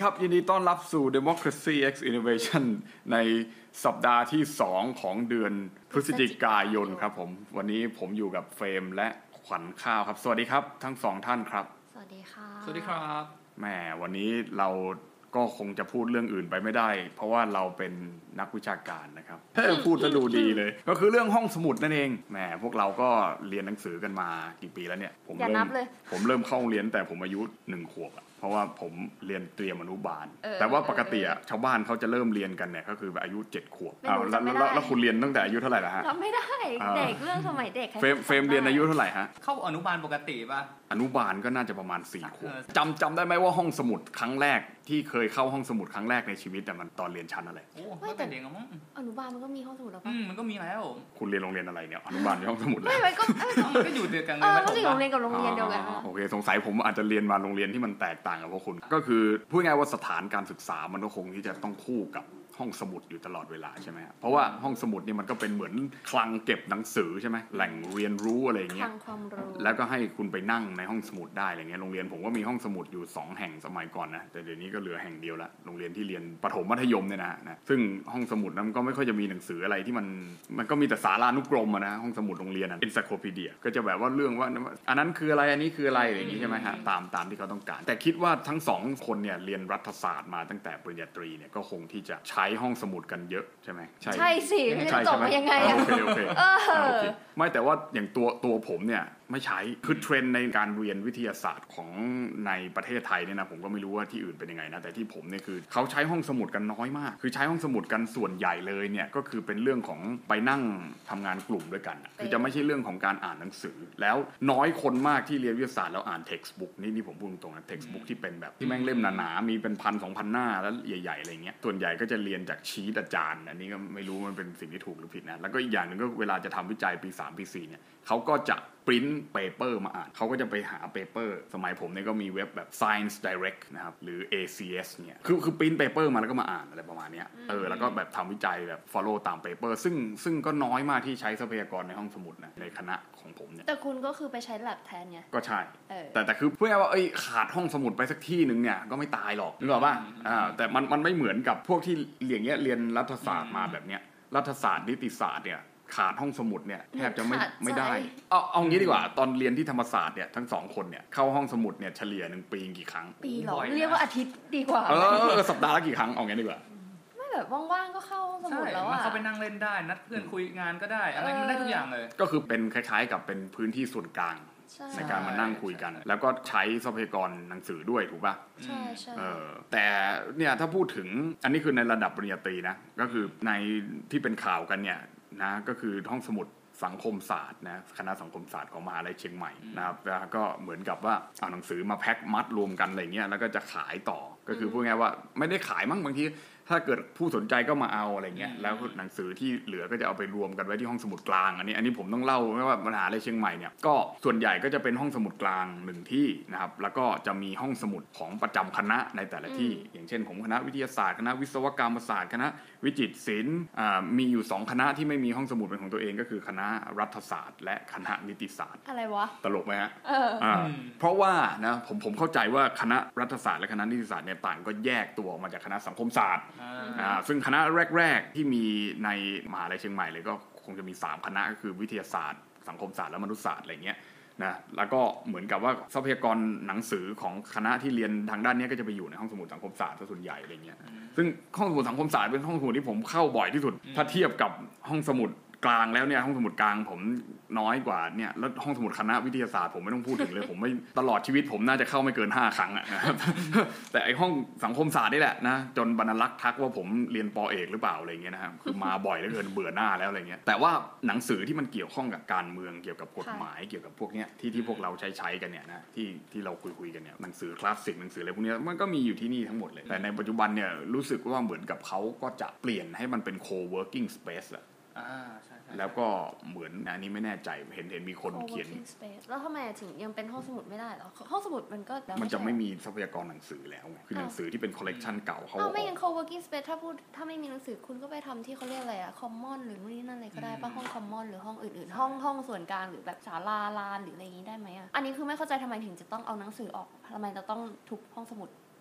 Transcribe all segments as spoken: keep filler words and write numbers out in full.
ครับยินดีต้อนรับสู่ Democracy X Innovation ในสัปดาห์ที่สองของเดือนพฤศจิกายนครับผมวันนี้ผมอยู่กับเฟรมและขวัญข้าวครับสวัสดีครับทั้งสองท่านครับสวัสดีค่ะสวัสดีครับแหมวันนี้เราก็คงจะพูดเรื่องอื่นไปไม่ได้เพราะว่าเราเป็นนักวิชาการนะครับพูดจะดูดีเลยก็คือเรื่องห้องสมุดนั่นเองแหมพวกเราก็เรียนหนังสือกันมากี่ปีแล้วเนี่ยผมเริ่มผมเริ่มเข้าโรงเรียนแต่ผมอายุหนึ่งขวบอะเพราะว่าผมเรียนเตรียมอนุบาลแต่ว่าปกติอะชาวบ้านเขาจะเริ่มเรียนกันเนี่ยก็คืออายุเจ็ดขวบอ้าวแล้วแล้วคุณเรียนตั้งแต่อายุเท่าไหร่ล่ะฮะจำไม่ได้เด็กเรื่องสมัยเด็กเฟรมเฟรมเรียนอายุเท่าไหร่ฮะเข้าอนุบาลปกติป่ะอนุบาลก็น่าจะประมาณสี่ขวบจำจำได้ไหมว่าห้องสมุดครั้งแรกที่เคยเข้าห้องสมุดครั้งแรกในชีวิตแต่มันตอนเรียนชั้นอะไรโอ้ไม่แต่เด็กมั้งอนุบาลมันก็มีห้องสมุดแล้วป่ะอืมมันก็มีแล้วคุณเรียนโรงเรียนอะไรเนี่ยอนุบาลมีห้องสมุดเลยไม่ก็มันก็อยู่เดียวกันเลยมันก็อยู่โรงเรียนกับโรงเรียนเดียวกันโอเคสงสัยผมอาจจะเรียนมาโรงเรียนที่มันแตกต่างกับพวกคุณก็คือพูดง่ายว่าสถานการศึกษามันก็คงที่จะต้องคู่กับห้องสมุดอยู่ตลอดเวลาใช่ไหมเพราะว่าห้องสมุดนี่มันก็เป็นเหมือนคลังเก็บหนังสือใช่ไหมแหล่งเรียนรู้อะไรอย่างเงี้ยแล้วก็ให้คุณไปนั่งในห้องสมุดได้อะไรเงี้ยโรงเรียนผมก็มีห้องสมุดอยู่สองแห่งสมัยก่อนนะแต่เดี๋ยวนี้ก็เหลือแห่งเดียวละโรงเรียนที่เรียนประถมมัธยมเนี่ยนะนะซึ่งห้องสมุดนั้นก็ไม่ค่อยจะมีหนังสืออะไรที่มันมันก็มีแต่สารานุกรมนะห้องสมุดโรงเรียนอ่ะ encyclopedia ก็จะแบบว่าเรื่องว่าอันนั้นคืออะไรอันนี้คืออะไรอย่างงี้ใช่ไหมฮะตามตามที่เขาต้องการแต่คิดว่าทั้งสองคนเนี่ยเรียนรัฐศาสตร์มาตั้งแต่ปริญญาตรีเนี่ยก็คงที่จะใช้ห้องสมุดกันเยอะใช่ไหมใช่ใช่สิไม่จบมายังไงโอเคโอเคไม่แต่ว่าอย่างตัวตัวผมเนี่ยไม่ใช้คือเทรนด์ในการเรียนวิทยาศาสตร์ของในประเทศไทยเนี่ยนะผมก็ไม่รู้ว่าที่อื่นเป็นยังไงนะแต่ที่ผมเนี่ยคือเขาใช้ห้องสมุดกันน้อยมากคือใช้ห้องสมุดกันส่วนใหญ่เลยเนี่ยก็คือเป็นเรื่องของไปนั่งทำงานกลุ่มด้วยกันคือจะไม่ใช่เรื่องของการอ่านหนังสือแล้วน้อยคนมากที่เรียนวิทยาศาสตร์แล้วอ่าน textbook นี่นี่ผมพูดตรงๆนะ textbook ที่เป็นแบบที่แม่งเล่มหนาๆมีเป็นพันสองพันหน้าแล้วใหญ่ๆอะไรเงี้ยส่วนใหญ่ก็จะเรียนจากชีทอาจารย์อันนี้ก็ไม่รู้มันเป็นสิ่งที่ถูกหรือผิดนะแล้วก็อีกอย่างนึงก็เวลาจะทำวิจัยปีสามปีสี่เนี่ยเขาก็จะปริ้นเปเปอร์มาอ่านเขาก็จะไปหาเปเปอร์สมัยผมเนี่ยก็มีเว็บแบบ Science Direct นะครับหรือ เอ ซี เอส เนี่ยคือคือปริ้นเปเปอร์มาแล้วก็มาอ่านอะไรประมาณนี้เออแล้วก็แบบทำวิจัยแบบ follow ตามเปเปอร์ซึ่งซึ่งก็น้อยมากที่ใช้ทรัพยากรในห้องสมุดนะในคณะของผมเนี่ยแต่คุณก็คือไปใช้ lab แทนไงก็ใช่แต่แต่คือเพื่อว่าเอ้ยขาดห้องสมุดไปสักที่นึงเนี่ยก็ไม่ตายหรอกนึกออกป่ะอ่าแต่มันมันไม่เหมือนกับพวกที่เรียนเงี้ยเรียนรัฐศาสตร์มาแบบเนี้ยรัฐศาสตร์นิติศาสตร์เนี่ยขาดห้องสมุดเนี่ยแทบจะไม่ไม่ได้เอาเอางี้ดีกว่าตอนเรียนที่ธรรมศาสตร์เนี่ยทั้งสองคนเนี่ยเข้าห้องสมุดเนี่ยเฉลี่ยหนึ่งปีกี่ครั้งปีหรอเรียกว่าอาทิตย์ดีกว่าเออสัปดาห์ละกี่ครั้งเอางี้ดีกว่าไม่แบบว่างๆก็เข้าห้องสมุดแล้วอ่ะเข้าไปนั่งเล่นได้นัดเพื่อนคุยงานก็ได้อะไรมันได้ทุกอย่างเลยก็คือเป็นคล้ายๆกับเป็นพื้นที่ส่วนกลางในการมานั่งคุยกันแล้วก็ใช้ทรัพยากรหนังสือด้วยถูกป่ะใช่ใช่แต่เนี่ยถ้าพูดถึงอันนี้คือในระดับปริญญาตรีนะก็คือในที่เป็นข่าวกันเนี่ยนะก็คือห้องสมุดสังคมศาสตร์นะคณะสังคมศาสตร์ของมหาวิทยาลัยเชียงใหม่นะครับแล้วก็เหมือนกับว่าเอาหนังสือมาแพ็คมัดรวมกันอะไรเงี้ยแล้วก็จะขายต่อก็คือพูดง่ายว่าไม่ได้ขายมั้งบางทีถ้าเกิดผู้สนใจก็มาเอาอะไรเงี้ยแล้วหนังสือที่เหลือก็จะเอาไปรวมกันไว้ที่ห้องสมุดกลางอันนี้อันนี้ผมต้องเล่าว่ามหาวิทยาลัยเชียงใหม่เนี่ยก็ส่วนใหญ่ก็จะเป็นห้องสมุดกลางหนึ่งที่นะครับแล้วก็จะมีห้องสมุดของประจำคณะในแต่ละที่อย่างเช่นผมคณะวิทยาศาสตร์คณะวิศวกรรมศาสตร์คณะวิจิตรศิลป์มีอยู่สองคณะที่ไม่มีห้องสมุดเป็นของตัวเองก็คือคณะรัฐศาสตร์และคณะนิติศาสตร์อะไรวะตลกไหมฮะเออเพราะว่านะผมผมเข้าใจว่าคณะรัฐศาสตร์และคณะนิติศาสตร์เนี่ยต่างก็แยกตัวออกมาจากคณะสังคมศาสตร์ซึ่งคณะแรกๆที่มีในมหาวิทยาลัยเชียงใหม่เลยก็คงจะมีสามคณะก็คือวิทยาศาสตร์สังคมศาสตร์และมนุษยศาสตร์อะไรเงี้ยนะแล้วก็เหมือนกับว่าทรัพยากรหนังสือของคณะที่เรียนทางด้านนี้ก็จะไปอยู่ในห้องสมุดสังคมศาสตร์ส่วนใหญ่อะไรเงี้ยซึ่งห้องสมุดสังคมศาสตร์เป็นห้องสมุดที่ผมเข้าบ่อยที่สุดถ้าเทียบกับห้องสมุดกลางแล้วเนี่ยห้องสมุดกลางผมน้อยกว่าเนี่ยแล้วห้องสมุดคณะวิทยาศาสตร์ผมไม่ต้องพูดถึงเลย ผมไม่ตลอดชีวิตผมน่าจะเข้าไม่เกินห้าครั้งอะนะครับ แต่ไอห้องสังคมศาสตร์นี่แหละนะจนบรรลักษ์ทักว่าผมเรียนป.เอกหรือเปล่าอะไรเงี้ยนะครับคือมาบ่อยเหลือเกินเบื่อหน้าแล้วอะไรเงี้ยแต่ว่าหนังสือที่มันเกี่ยวข้องกับการเมืองเกี่ยวกับกฎหมายเกี่ยวกับพวกเนี้ยที่ที่พวกเราใช้ใช้กันเนี่ยนะที่ที่เราคุยคุยกันเนี่ยหนังสือคลาสสิกหนังสืออะไรพวกนี้มันก็มีอยู่ที่นี่ทั้งหมดเลยแต่ในปัจจุบันเนี่ยรู้สึกว่าเหมือนกับเขาก็จะเปลี่ยนให้มันเป็น co-working space อะแล้วก็เหมือนอันนี้ไม่แน่ใจเห็นเห็นมีคนเขียนแล้วทำไมถึงยังเป็นห้องสมุดไม่ได้หรอห้องสมุดมันก็มันจะไม่มีทรัพยากรหนังสือแล้วไงคือหนังสือที่เป็นคอลเลกชันเก่าเขาเอาไม่งั้น co-working space ถ้าพูดถ้าไม่มีหนังสือคุณก็ไปทำที่เขาเรียกอะไรอะ common หรือนู่นนี่นั่นอะไรก็ได้ป่ะห้อง common หรือห้องอื่นๆห้องห้องส่วนกลางหรือแบบศาลาลานหรืออะไรอย่างนี้ได้ไหมอะอันนี้คือไม่เข้าใจทำไมถึงจะต้องเอาหนังสือออกทำไมจะต้องทุบห้องสมุด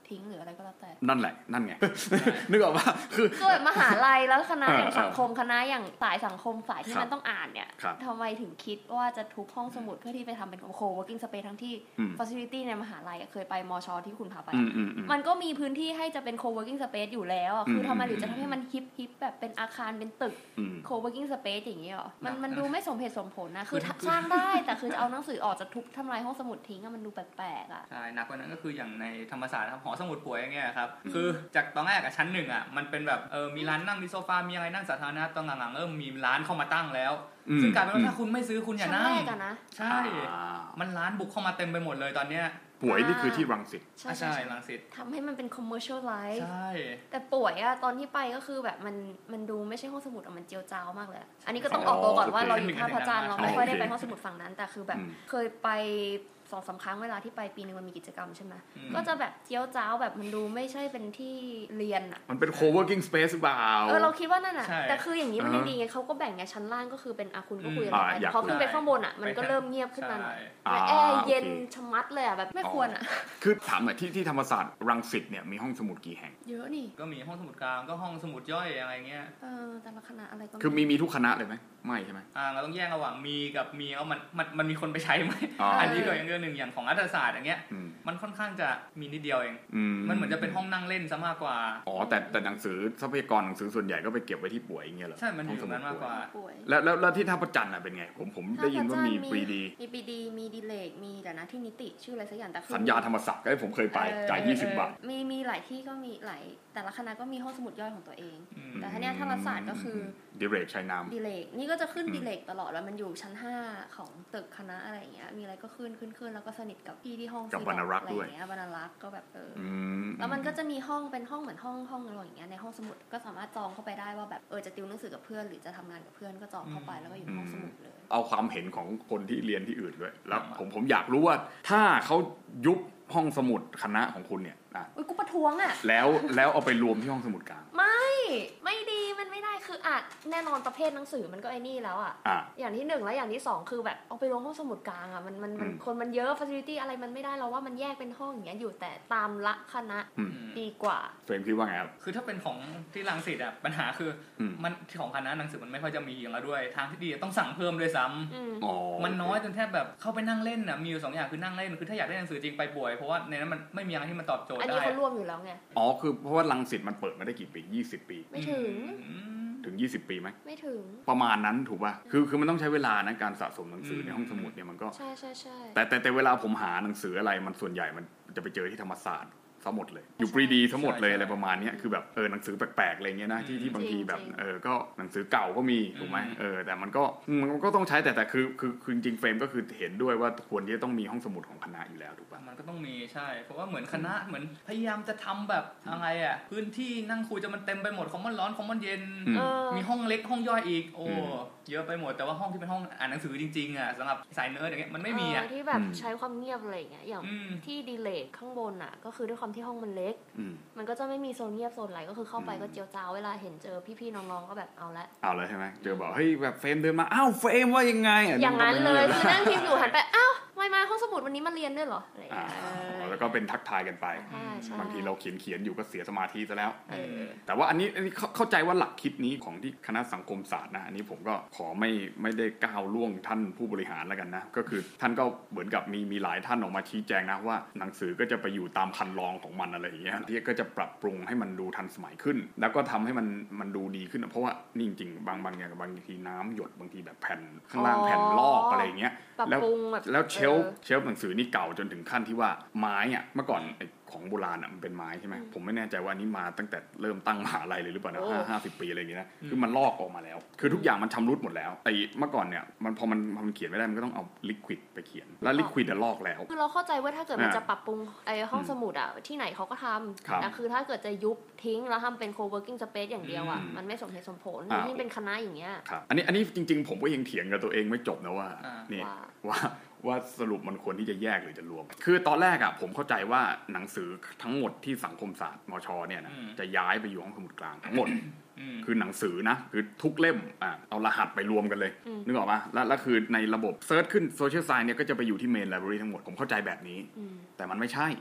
ทิ้งหรืออะไรก็แล้วแต่นั่นแหละนั่นไง นึกออกว่าคือก็แบบมหาลัยแล้วคณะอย่างสังคมคณะอย่างสายสังคมสายที่มันต้องอ่านเนี่ยทำไมถึงคิดว่าจะทุบห้องสมุดเพื่อที่ไปทำเป็น co-working space ทั้งที่ facility ในมหาลัยเคยไปมชที่คุณพาไปมันก็มีพื้นที่ให้จะเป็น co-working space อยู่แล้วคือทำไมหรือจะทำให้มันฮิปฮิปแบบเป็นอาคารเป็นตึก co-working space อย่างนี้หรอมันมันดูไม่สมเหตุสมผลนะคือสร้างได้แต่คือจะเอาหนังสือออกจะทุบทำลายห้องสมุดทิ้งมันดูแปลกๆอ่ะใช่หนักกว่านั้นก็คืออย่างในธรรมศาสตร์ครับหอสมุดป่วยอย่างเงี้ยครับคือจากตอนแรกอะชั้นหนึ่งอะมันเป็นแบบเออมีร้านนั่งมีโซฟามีอะไรนั่งสาธารณะตอนหลังๆเริ่มมีร้านเข้ามาตั้งแล้วซึ่งกลายเป็นว่าถ้าคุณไม่ซื้อคุณอย่านั่งใช่มันร้านบุกเข้ามาเต็มไปหมดเลยตอนเนี้ยป่วยนี่คือที่รังสิตใช่ใช่รังสิตทำให้มันเป็น commercial life ใช่แต่ป่วยอะตอนที่ไปก็คือแบบมันมันดูไม่ใช่ห้องสมุดอะมันเจียวจ้าวมากเลยอันนี้ก็ต้องออกตัวก่อนว่าเราอยู่ท่าพระจันทร์เราไม่ค่อยได้ไปห้องสมุดฝั่งนั้นแต่คือแบบเคยไปสองสามครั้งเวลาที่ไปปีนึงมันมีกิจกรรมใช่ไหมก็จะแบบเจียวจ้าวแบบมันดูไม่ใช่เป็นที่เรียนอ่ะมันเป็น co-working space หรือเปล่าเออเราคิดว่านั่นอ่ะแต่คืออย่างนี้มันยังดีไงเขาก็แบ่งไงชั้นล่างก็คือเป็นอาคุณก็คุยอะไรไปพอขึ้นไปข้างบนอ่ะมันก็เริ่มเงียบขึ้นมาแต่แอร์เย็นชะมัดเลยอ่ะแบบไม่ควรอ่ะคือถามหน่อยที่ที่ธรรมศาสตร์รังสิตเนี่ยมีห้องสมุดกี่แห่งเยอะนี่ก็มีห้องสมุดกลางก็ห้องสมุดย่อยอะไรเงี้ยเออแต่ละคณะอะไรก็คือมีมีทุกคณะเลยไหมไม่ใช่ไหมอ่าเราต้องแยกระหว่างมีกับมีว่ามันมันมันมีคนไปใช้ไหมอันนี้ก็อย่างเรื่องนึงอย่างของรัฐศาสตร์อย่างเงี้ยมันค่อนข้างจะมีนิดเดียวเองมันเหมือนจะเป็นห้องนั่งเล่นซะมากกว่าอ๋อแต่แต่หนังสือทรัพยากรหนังสือส่วนใหญ่ก็ไปเก็บไว้ที่ป่วยอย่างเงี้ยเหรอใช่มันอยู่ตรงนั้นมากกว่าแล้วแล้วแล้วที่ท่าพระจันทร์น่ะเป็นไงผมผมได้ยินว่ามีปรีดีมีปรีดีมีดีเลกมีแต่นะที่นิติชื่ออะไรสักอย่างแต่สัญญาธรรมศักดิ์ก็ผมเคยไปจ่ายยี่สิบบาทมีมีหลายที่ก็มีหลายแต่ละคณะก็มีห้องสมุดย่อยของตัวเองแต่ถ้าเนี้ยธรรมศาสตร์ก็คือดีเลกใช้น้ำดีเลกนี่ก็จะขึ้นดีเลกตลอดแล้วมันอยู่ชั้นห้าของตึกคณะอะไรอย่างเงี้ยมีอะไรก็ขึ้นขึ้นขึ้นแล้วก็สนิทกับพี่ที่ห้องกับบรรณรักษ์ด้วยอย่างเงี้ยบรรณรักษ์ก็แบบเออแล้วมันก็จะมีห้องเป็นห้องเหมือนห้องห้องอะไรอย่างเงี้ยในห้องสมุดก็สามารถจองเข้าไปได้ว่าแบบเออจะติวหนังสือกับเพื่อนหรือจะทำงานกับเพื่อนก็จองเข้าไปแล้วก็อยู่ในห้องสมุดเลยเอาความเห็นของคนที่เรียนที่อื่นด้วยแล้วผมผมอยากรู้ว่าถ้าเขายุบห้องสมุดคณะของคุณเนี่ยนะอุ้ยกูประท้วงอ่ะแล้วแล้วเอาไปรวมที่ห้องสมุดกลางไม่ไม่ดีมันไม่ได้คืออ่ะแน่นอนประเภทหนังสือมันก็ไอ้นี่แล้วอ่ะอย่างที่หนึ่งแล้วอย่างที่สองคือแบบเอาไปรวมห้องสมุดกลางอ่ะมันมันมันคนมันเยอะ facility อะไรมันไม่ได้เราว่ามันแยกเป็นห้องอย่างเงี้ยอยู่แต่ตามละคณะดีกว่าเฟรมคิดว่าไงครับคือถ้าเป็นของที่รังสิตอ่ะปัญหาคือมันของคณะหนังสือมันไม่ค่อยจะมีอย่างละด้วยทางที่ดีต้องสั่งเพิ่มด้วยซ้ำมันน้อยจนแทบแบบเข้าไปนั่งเล่นอ่ะมีอยู่สองอย่างคือนั่งเล่นคือถ้าอยากได้หนังสือจริงไปป่วยเพราะว่าในนั้นมันไม่มีอะไรที่มันตอบโจทย์ได้อันนี้เขารวมอยู่แล้วไงอ๋อคือเพราะว่ารังสิตมันเปิดมาได้กี่ปียี่สิบปีไม่ถึงถึงยี่สิบปีไหมไม่ถึงประมาณนั้นถูกป่ะคือคือมันต้องใช้เวลานะการสะสมหนังสือในห้องสมุดเนี่ยมันก็ใช่ใช่ใช่แต่แต่แต่เวลาผมหาหนังสืออะไรมันส่วนใหญ่มันจะไปเจอที่ธรรมศาสตร์ทั้งหมดเลยอยู่ปรีดีทั้งหมดเลยอะไรประมาณนี้คือแบบเออหนังสือแปลกๆอะไรเงี้ยนะที่ที่บางทีแบบเออก็หนังสือเก่าก็มีถูกไหมเออแต่มันก็มันก็ต้องใช้แต่แต่คือคือคือจริงๆเฟรมก็คือเห็นด้วยว่าควรที่จะต้องมีห้องสมุดของคณะอยู่แล้วถูกป่ะมันก็ต้องมีใช่เพราะว่าเหมือนคณะเหมือนพยายามจะทำแบบอะไรอ่ะพื้นที่นั่งคุยจะมันเต็มไปหมดคอมมอนร้อนคอมมอนเย็นมีห้องเล็กห้องย่อยอีกโอ้เยอะไปหมดแต่ว่าห้องที่เป็นห้องอ่านหนังสือจริงๆอ่ะสำหรับสายเนิร์ดอย่างเงี้ยมันไม่มีอ่ะที่แบบใช้ความเงียบอะไรอย่างเงี้ยอย่างที่ดีเลกข้างบนอ่ะก็คือด้วยความที่ห้องมันเล็กมันก็จะไม่มีโซนเงียบโซนไหลก็คือเข้าไปก็เจียวจ้าวเวลาเห็นเจอพี่ๆน้องๆก็แบบเอาละเอาเลยใช่ไหมเจอบอกเฮ้ยแบบเฟรมเดินมาอ้าวเฟรมว่ายังไงอย่างนั้นเลยคือนั่งพิมพ์อยู่หันไปอ้าวไม่มาห้องสมุดวันนี้มาเรียนด้วยเหรออะไรแล้วก็เป็นทักทายกันไปบางทีเราเขียนเขียนอยู่ก็เสียสมาธิซะแล้วแต่ว่าอันนี้อันนี้เข้าใจว่าหลักคิดนี้ของที่คณะสังคมศาสตร์นะอันนี้ผมก็ขอไม่ไม่ได้ก้าวล่วงท่านผู้บริหารแล้วกันนะก็คือท่านก็เหมือนกับมีมีหลายท่านออกมาชี้แจงนะว่าหนังสือก็จะไปอยู่ตามคันลองของมันอะไรอย่างเงี้ยที่ก็จะปรับปรุงให้มันดูทันสมัยขึ้นแล้วก็ทำให้มันมันดูดีขึ้นเพราะว่านี่จริงๆบางบางอย่างบางทีน้ำหยดบางทีแบบแผ่นข้างล่างแผ่นลอกอะไรอย่างเงี้ยแล้วแล้วเชลฟ์เชลฟ์หนังสือนี่เก่าจนถึงขั้นที่ว่าไม้อ่ะเมื่อก่อนของโบราณอ่ะมันเป็นไม้ใช่ไหมผมไม่แน่ใจว่านี้มาตั้งแต่เริ่มตั้งมหาลัยเลยหรือเปล่านะห้าห้าสิบปีอะไรอย่างเงี้ยนะคือมันลอกออกมาแล้วคือทุกอย่างมันชำรุดหมดแล้วแต่เมื่อก่อนเนี่ยมันพอมันพอมันเขียนไม่ได้มันก็ต้องเอาลิควิดไปเขียนแล้วลิควิดจะลอกแล้วคือเราเข้าใจว่าถ้าเกิดมันจะปรับปรุงไอ้ห้องสมุดอ่ะที่ไหนเขาก็ทำแต่คือถ้าเกิดจะยุบทิ้งแล้วทำเป็น co-working space อย่างเดียวอ่ะมันไม่สมเหตุสมผลนี่เป็นคณะอย่างเงี้ยอันนี้อันนี้จริงๆผมก็ยังเถียงกับตัวเองไม่จบนะว่านี่ว่าว่าสรุปมันควรที่จะแยกหรือจะรวมคือตอนแรกอ่ะผมเข้าใจว่าหนังสือทั้งหมดที่สังคมศาสตร์มชเนี่ยนะจะย้ายไปอยู่ห้องสมุดกลางทั้งหมดคือหนังสือนะคือทุกเล่มอ่ะเอารหัสไปรวมกันเลยนึกออกป่ะแล้วแล้วคือในระบบเซิร์ชขึ้นโซเชียลไซน์เนี่ยก็จะไปอยู่ที่เมนไลบรารีทั้งหมดผมเข้าใจแบบนี้แต่มันไม่ใช่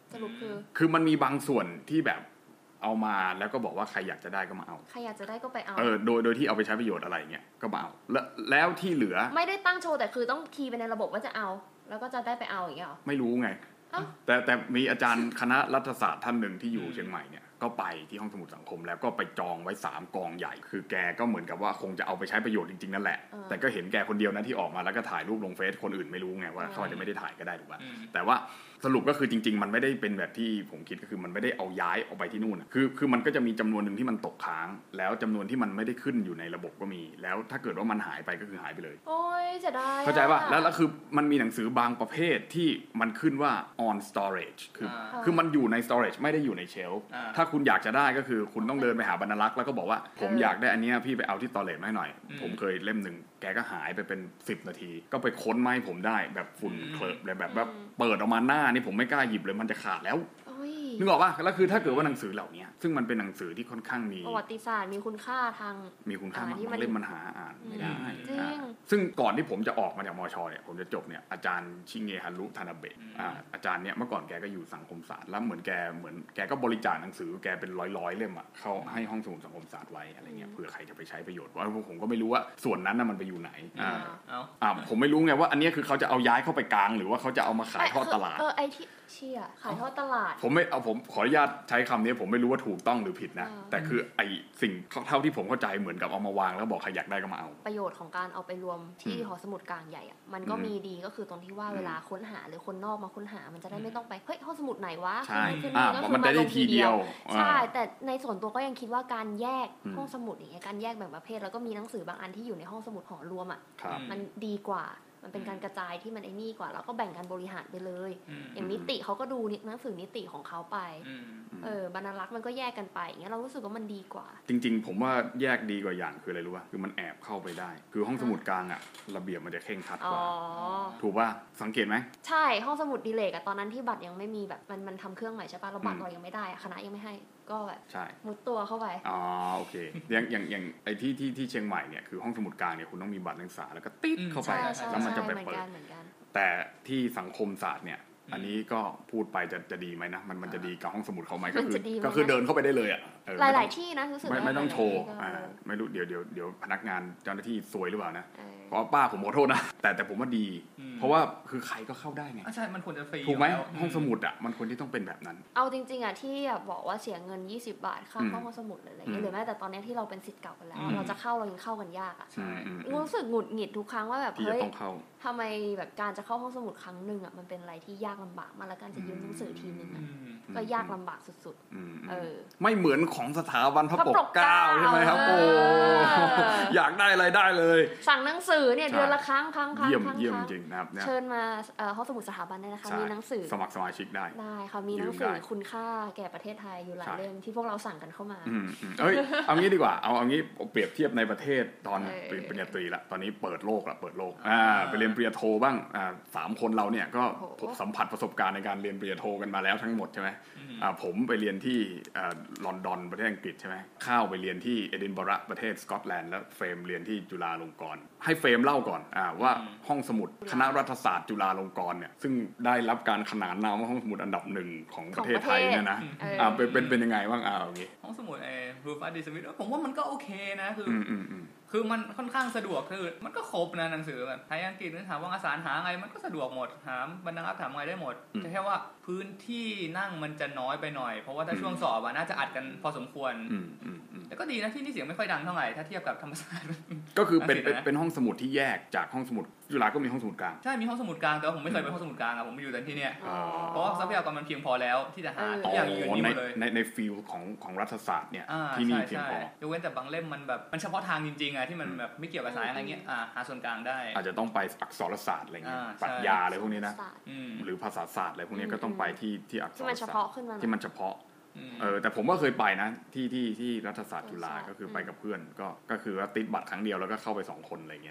สรุปคือคือมันมีบางส่วนที่แบบเอามาแล้วก็บอกว่าใครอยากจะได้ก็มาเอาใครอยากจะได้ก็ไปเอาเออโดยโดยที่เอาไปใช้ประโยชน์อะไรเงี้ยก็มาเอาแล้วแล้วที่เหลือไม่ได้ตั้งโชว์แต่คือต้องคีย์ไปในระบบว่าจะเอาแล้วก็จะได้ไปเอาอย่างเงี้ยไม่รู้ไงแต่แต่มีอาจารย์คณะรัฐศาสตร์ท่านหนึ่งที่อยู่เชียงใหม่เนี่ยก็ไปที่ห้องสมุดสังคมแล้วก็ไปจองไว้สามกองใหญ่คือแกก็เหมือนกับว่าคงจะเอาไปใช้ประโยชน์จริงๆนั่นแหละแต่ก็เห็นแกคนเดียวนะที่ออกมาแล้วก็ถ่ายรูปลงเฟซคนอื่นไม่รู้ไงว่าเขาอาจจะไม่ได้ถ่ายก็ได้ถูกป่ะแต่ว่าสรุปก็คือจริงๆมันไม่ได้เป็นแบบที่ผมคิดก็คือมันไม่ได้เอาย้ายออกไปที่นู่นคือคือมันก็จะมีจำนวนหนึ่งที่มันตกค้างแล้วจำนวนที่มันไม่ได้ขึ้นอยู่ในระบบก็มีแล้วถ้าเกิดว่ามันหายไปก็คือหายไปเลยโอ้ยจะได้เข้าใจป่ะแล้วแล้วคือมันมีหนังสือบางประเภทที่มันขึ้นว่า on storage คือคือมันอยู่ใน storage ไม่ได้อยู่ในเชลฟ์ถ้าคุณอยากจะได้ก็คือคุณต้องเดินไปหาบรรณารักษ์แล้วก็บอกว่าผมอยากได้อันนี้พี่ไปเอาที่ storage ให้หน่อยผมเคยเล่มนึงแกก็หายไปเป็นสิบนาทีก็ไปค้นมาให้ผมได้แบบฝุ่นเคลิบเลยแบบแบบเปิดออกมาหน้านี่ผมไม่กล้าหยิบเลยมันจะขาดแล้วนึกออกป่ะแล้วคือถ้าเกิดว่าหนังสือเหล่านี้ซึ่งมันเป็นหนังสือที่ค่อนข้างมีประวัติศาสตร์มีคุณค่าทางมีคุณค่ามากเล่มมันหาอ่านไม่ได้ซึ่งก่อนที่ผมจะออกมาจากมชเนี่ยผมจะจบเนี่ยอาจารย์ชิเงฮารุทานาเบะอาจารย์เนี่ยเมื่อก่อนแกก็อยู่สังคมศาสตร์แล้วเหมือนแกเหมือนแกก็บริจาคหนังสือแกเป็นร้อยๆเล่มอ่ะเข้าให้ห้องสมุดสังคมศาสตร์ไว้อะไรเงี้ยเผื่อใครจะไปใช้ประโยชน์เพราะผมก็ไม่รู้ว่าส่วนนั้นน่ะมันไปอยู่ไหนอ่าผมไม่รู้ไงว่าอันนี้คือเขาจะเอาย้ายเข้าไปกลางหรือว่าเขาจะเอามาขายทอดตลาดเออไอที่เชี่ยขายทอดตลาดผมไม่เอาผมขออนุญาตใช้คำนี้ผมไม่รู้ว่าถูกต้องหรือผิดนะแต่คือไอสิ่งเท่าที่ผมเข้าใจเหมือนกับเอามาวางแล้วบอกใครอยากได้ก็มาเอาประโยชน์ของการเอาไปรวมที่หอสมุดกลางใหญ่อ่ะมันก็มีดีก็คือตรงที่ว่าเวลาค้นหาหรือคนนอกมาค้นหามันจะได้ไม่ต้องไปเฮ้ยห้องสมุดไหนวะใช่มันจะได้ทีเดียวใช่แต่ในส่วนตัวก็ยังคิดว่าการแยกห้องสมุดอย่างเงี้ยการแยกแบ่งประเภทแล้วก็มีหนังสือบางอันที่อยู่ในห้องสมุดหอรวมอ่ะมันดีกว่ามันเป็นการกระจายที่มันไอ้นี่กว่าแล้วก็แบ่งการบริหารไปเลยอย่างนิติเขาก็ดูหนังสือนิติของเขาไปเออบรรณารักษ์มันก็แยกกันไปอย่างเงี้ยเรารู้สึกว่ามันดีกว่าจริงๆผมว่าแยกดีกว่าอย่างคืออะไรรู้ป่ะคือมันแอบเข้าไปได้คือห้องสมุดกลางอ่ะระเบียบมันจะเคร่งครัดกว่าถูกป่ะสังเกตไหมใช่ห้องสมุดดิเลกอะตอนนั้นที่บัตรยังไม่มีแบบมันมันทำเครื่องใหม่ใช่ป่ะเราบัตรเรายังไม่ได้คณะยังไม่ให้ก็แบบมุดตัวเข้าไปอ๋อโอเคอย่างอย่างอย่างไอ้ที่ที่ที่เชียงใหม่เนี่ยคือห้องสมุดกลางเนี่ยคุณต้องมีบัตรนักศึกษาแล้วก็ติดเข้าไปแล้วมันจะไปเปิดแต่ที่สังคมศาสตร์เนี่ยอันนี้ก็พูดไปจะจะดีไหมนะมันมันจะดีกับห้องสมุดเขาไหมก็คือก็คือเดินเข้าไปได้เลยอ่ะหลายๆที่นะรู้สึกไม่ไม่ต้องโชว์อ่าไม่รู้เดี๋ยวเดี๋ยวเดี๋ยวพนักงานเจ้าหน้าที่ซวยหรือเปล่านะเพราะป้าผมขอโทษนะแต่แต่ผมว่าดีเพราะว่าคือใครก็เข้าได้ไงใช่มันควรจะฟรีถูกไหมห้องสมุดอ่ะมันควรที่ต้องเป็นแบบนั้นเอาจริงๆอ่ะที่บอกว่าเสียเงินยี่สิบบาทค่าเข้าห้องสมุดอะไรอย่างเงี้ยหรือแม้แต่ตอนนี้ที่เราเป็นศิษย์เก่ากันแล้วเราจะเข้าเรายังเข้ากันยากอ่ะรู้สึกหงุดหงิดทุกครั้งว่าแบบเฮ้ยทำไมแบบการจะเข้าห้องสมุดครั้งนึงอ่ะมันเป็นอะไรที่ยากลำบากมากแล้วการจะยืมหนังสือทีนึงอ่ะก็ยากลำบากสุดๆเออไม่เหมือนของสถาบันพระปกเกล้าใช่ไหมครับโอ้อยากได้อะไรได้เลยสั่งหนังสือเนี่ยเดือนละครั้งครั้งครั้งเยี่ยมเยี่ยมจริงนะครับเชิญมาห้องสมุดสถาบันได้นะคะมีหนังสือสมัครสมาชิกได้ได้ค่ะมีหนังสือคุณค่าแก่ประเทศไทยอยู่หลายเล่มที่พวกเราสั่งกันเข้ามาเอ้ยเอางี้ดีกว่าเอาเอางี้เปรียบเทียบในประเทศตอนปริญญาตรีละตอนนี้เปิดโลกละเปิดโลกอ่าไปเรียนปริญญาโทบ้างอ่าสามคนเราเนี่ยก็สัมผัสประสบการณ์ในการเรียนปริญญาโทกันมาแล้วทั้งหมดใช่ไหมอ่าผมไปเรียนที่ลอนดอนประเทศอังกฤษใช่ไหมข้าวไปเรียนที่เอดินบะระประเทศสกอตแลนด์แล้วเฟรมเรียนที่จุฬาลงกรณ์ให้เฟรมเล่าก่อนอ่าว่าห้องสมุดคณะรัฐศาสตร์จุฬาลงกรณ์เนี่ยซึ่งได้รับการขนานนามว่าห้องสมุดอันดับหนึ่งของประเทศไทยเนี่ยนะอ่าเป็นเป็นเป็นยังไงบ้างอ่าอย่างงี้ห้องสมุดไอ้รูฟอาร์ดิสวิทผมว่ามันก็โอเคนะคือคือมันค่อนข้างสะดวกคือมันก็ครบนะหนังสือแบบไทยอังกฤษนึกถามว่าอาสารหาไงมันก็สะดวกหมดถามบรรณารักษ์ถามไงได้หมดแต่แค่ว่าพื้นที่นั่งมันจะน้อยไปหน่อยเพราะว่าถ้าช่วงสอบอ่ะน่าจะอัดกันพอสมควรแต่ก็ดีนะที่นี่เสียงไม่ค่อยดังเท่าไหร่ถ้าเทียบกับธรรมศาสตร์ก็คือเป็นเป็นห้องสมุดที่แยกจากห้องสมุดจุฬาก็มีห้องสมุดกลางใช่มีห้องสมุดกลางแต่ว่าผมไม่เคยไปห้องสมุดกลางอะผมไปอยู่แต่ที่เนี่ยเพราะว่าทรัพยากรมันเพียงพอแล้วที่จะหาทุกอย่างอยู่นี่หมดเลยในในฟีลของของรัฐศาสตร์เนี่ยที่นี่เพียงพอยกเว้นแต่บางเล่มมันแบบมันเฉพาะทางจริงๆอะที่มันแบบไม่เกี่ยวกับสายอะไรเงี้ยหาส่วนกลางได้อาจจะต้องไปอักษรศาสตร์อะไรเงี้ยปรัชญาอะไรพวกนี้นะหรือภาษาศาสตร์อะไรพวกนี้ก็ต้องไปที่ที่อักษรศาสตร์ที่มันเฉพาะขึ้นมาที่มันเฉพาะเออแต่ผมก็เคยไปนะที่ที่ที่รัฐศาสตร์จุฬาก็คือไปกับเพื่อนก็ก็คือว่าติดบัตรครั้งเดียวแล้วก็เข้าไปสองคนอะไรเงี้ยนะ